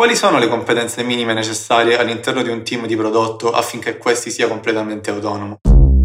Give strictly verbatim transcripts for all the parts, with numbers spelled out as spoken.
quali sono le competenze minime necessarie all'interno di un team di prodotto affinché questi sia completamente autonomo?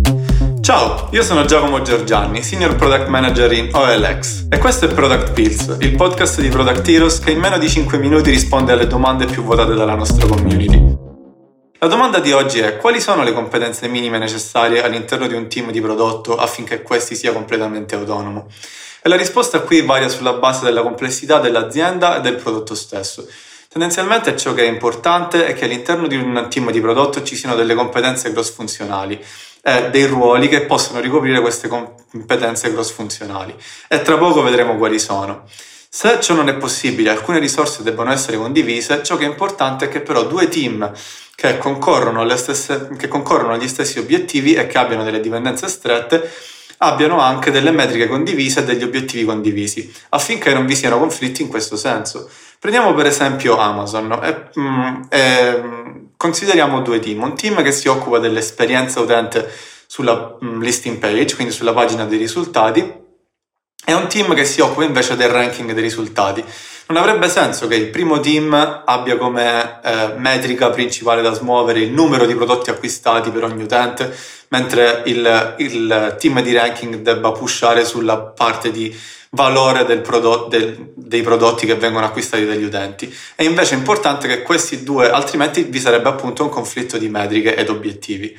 Ciao, io sono Giacomo Giorgianni, Senior Product Manager in O L X e questo è Product Pills, il podcast di Product Heroes che in meno di cinque minuti risponde alle domande più votate dalla nostra community. La domanda di oggi è: quali sono le competenze minime necessarie all'interno di un team di prodotto affinché questi sia completamente autonomo? E la risposta qui varia sulla base della complessità dell'azienda e del prodotto stesso. Tendenzialmente ciò che è importante è che all'interno di un team di prodotto ci siano delle competenze cross-funzionali e dei ruoli che possono ricoprire queste competenze cross-funzionali. E tra poco vedremo quali sono. Se ciò non è possibile, alcune risorse debbono essere condivise. Ciò che è importante è che però due team che concorrono, alle stesse, che concorrono agli stessi obiettivi e che abbiano delle dipendenze strette abbiano anche delle metriche condivise e degli obiettivi condivisi, affinché non vi siano conflitti in questo senso. Prendiamo per esempio Amazon e, mm, e consideriamo due team. Un team che si occupa dell'esperienza utente sulla mm, listing page, quindi sulla pagina dei risultati, e un team che si occupa invece del ranking dei risultati. Non avrebbe senso che il primo team abbia come eh, metrica principale da smuovere il numero di prodotti acquistati per ogni utente, mentre il, il team di ranking debba pushare sulla parte di valore del prodotto, del, dei prodotti che vengono acquistati dagli utenti. È invece importante che questi due, altrimenti vi sarebbe appunto un conflitto di metriche ed obiettivi.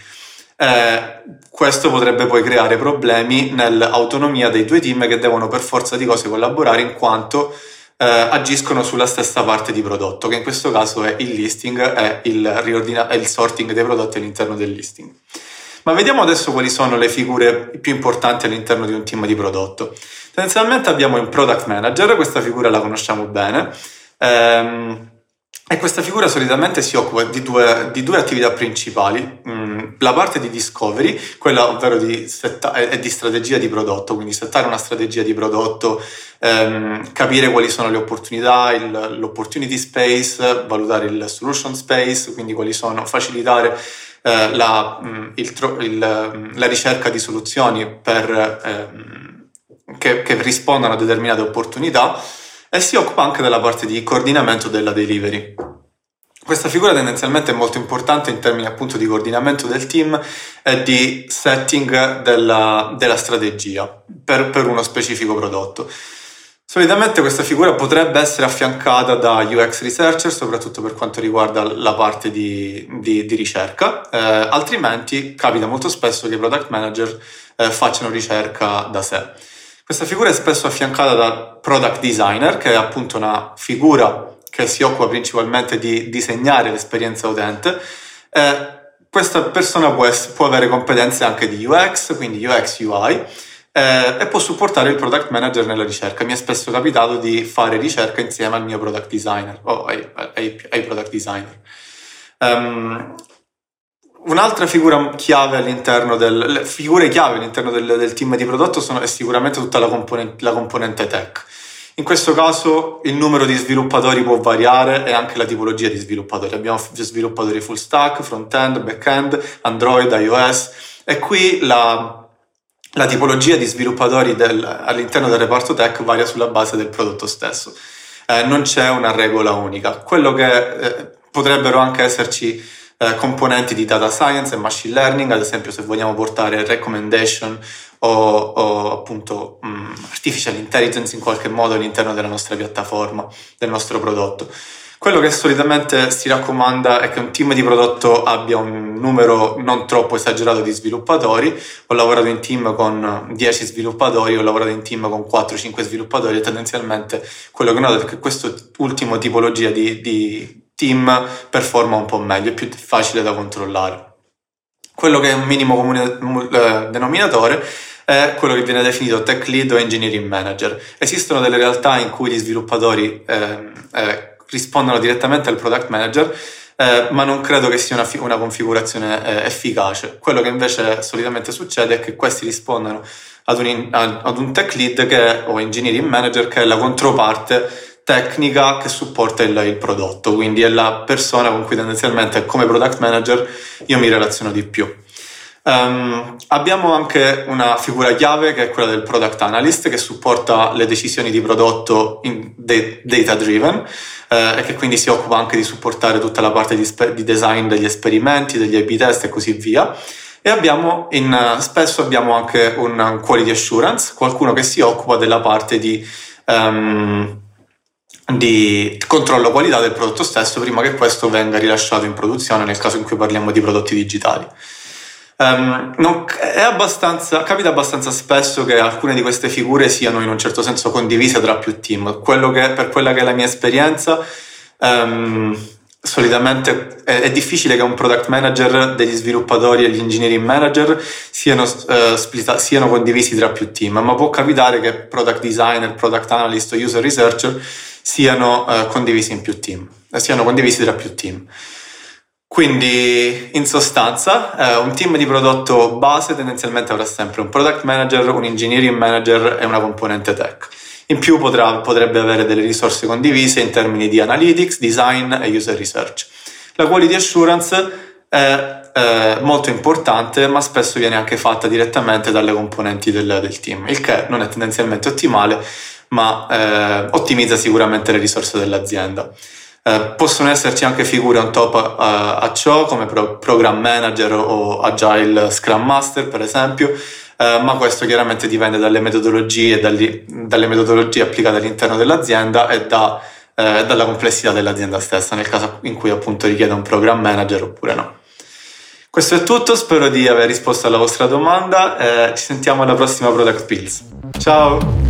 Eh, questo potrebbe poi creare problemi nell'autonomia dei due team che devono per forza di cose collaborare in quanto eh, agiscono sulla stessa parte di prodotto, che in questo caso è il listing e il, riordina- e il sorting dei prodotti all'interno del listing. Ma vediamo adesso quali sono le figure più importanti all'interno di un team di prodotto. Tendenzialmente abbiamo il product manager, questa figura la conosciamo bene, ehm, e questa figura solitamente si occupa di due, di due attività principali. Mm, la parte di discovery, quella ovvero di setta- è di strategia di prodotto, quindi settare una strategia di prodotto, ehm, capire quali sono le opportunità, il, l'opportunity space, valutare il solution space, quindi quali sono, facilitare eh, la, mm, il, il, la ricerca di soluzioni per, ehm, che, che rispondano a determinate opportunità. E si occupa anche della parte di coordinamento della delivery. Questa figura tendenzialmente è molto importante in termini appunto di coordinamento del team e di setting della, della strategia per, per uno specifico prodotto. Solitamente questa figura potrebbe essere affiancata da U X researcher, soprattutto per quanto riguarda la parte di, di, di ricerca, eh, altrimenti capita molto spesso che i product manager eh, facciano ricerca da sé. Questa figura è spesso affiancata da product designer, che è appunto una figura che si occupa principalmente di disegnare l'esperienza utente. Eh, questa persona può, essere, può avere competenze anche di U X, quindi U X U I, eh, e può supportare il product manager nella ricerca. Mi è spesso capitato di fare ricerca insieme al mio product designer o ai, ai, ai product designer. Um, Un'altra figura chiave all'interno del, le figure chiave all'interno del, del team di prodotto sono, è sicuramente tutta la componente, la componente tech. In questo caso il numero di sviluppatori può variare e anche la tipologia di sviluppatori. Abbiamo sviluppatori full stack, front-end, back-end, Android, iOS, e qui la, la tipologia di sviluppatori del, all'interno del reparto tech varia sulla base del prodotto stesso. Eh, non c'è una regola unica. Quello che eh, potrebbero anche esserci Eh, componenti di data science e machine learning, ad esempio se vogliamo portare recommendation o, o appunto um, artificial intelligence in qualche modo all'interno della nostra piattaforma, del nostro prodotto. Quello che solitamente si raccomanda è che un team di prodotto abbia un numero non troppo esagerato di sviluppatori. Ho lavorato in team con dieci sviluppatori, ho lavorato in team con quattro cinque sviluppatori e tendenzialmente quello che noto è che questo ultimo tipologia di, di team performa un po' meglio, è più facile da controllare. Quello che è un minimo comune eh, denominatore è quello che viene definito tech lead o engineering manager. Esistono delle realtà in cui gli sviluppatori eh, eh, rispondono direttamente al product manager, eh, ma non credo che sia una, fi- una configurazione eh, efficace. Quello che invece solitamente succede è che questi rispondano ad un, in- ad un tech lead che, o engineering manager, che è la controparte tecnica che supporta il, il prodotto, quindi è la persona con cui tendenzialmente come product manager io mi relaziono di più. Um, abbiamo anche una figura chiave che è quella del product analyst, che supporta le decisioni di prodotto in de- data driven eh, e che quindi si occupa anche di supportare tutta la parte di, spe- di design degli esperimenti, degli A B test e così via. E abbiamo in, spesso abbiamo anche un quality assurance, qualcuno che si occupa della parte di, um, di controllo qualità del prodotto stesso prima che questo venga rilasciato in produzione, nel caso in cui parliamo di prodotti digitali. Um, non, è abbastanza, capita abbastanza spesso che alcune di queste figure siano in un certo senso condivise tra più team. Quello che, per quella che è la mia esperienza, um, solitamente è, è difficile che un product manager, degli sviluppatori e gli engineering manager siano, uh, split, siano condivisi tra più team, ma può capitare che product designer, product analyst o user researcher siano uh, condivisi in più team, siano condivisi tra più team. Quindi, in sostanza, eh, un team di prodotto base tendenzialmente avrà sempre un product manager, un engineering manager e una componente tech. In più potrà, potrebbe avere delle risorse condivise in termini di analytics, design e user research. La quality assurance è eh, molto importante, ma spesso viene anche fatta direttamente dalle componenti del, del team, il che non è tendenzialmente ottimale, ma eh, ottimizza sicuramente le risorse dell'azienda. Eh, possono esserci anche figure on top uh, a ciò, come pro- program manager o agile scrum master per esempio, uh, ma questo chiaramente dipende dalle metodologie, dalli, dalle metodologie applicate all'interno dell'azienda e da, uh, dalla complessità dell'azienda stessa, nel caso in cui appunto richieda un program manager oppure no. Questo è tutto, spero di aver risposto alla vostra domanda e ci sentiamo alla prossima Product Pills. Ciao!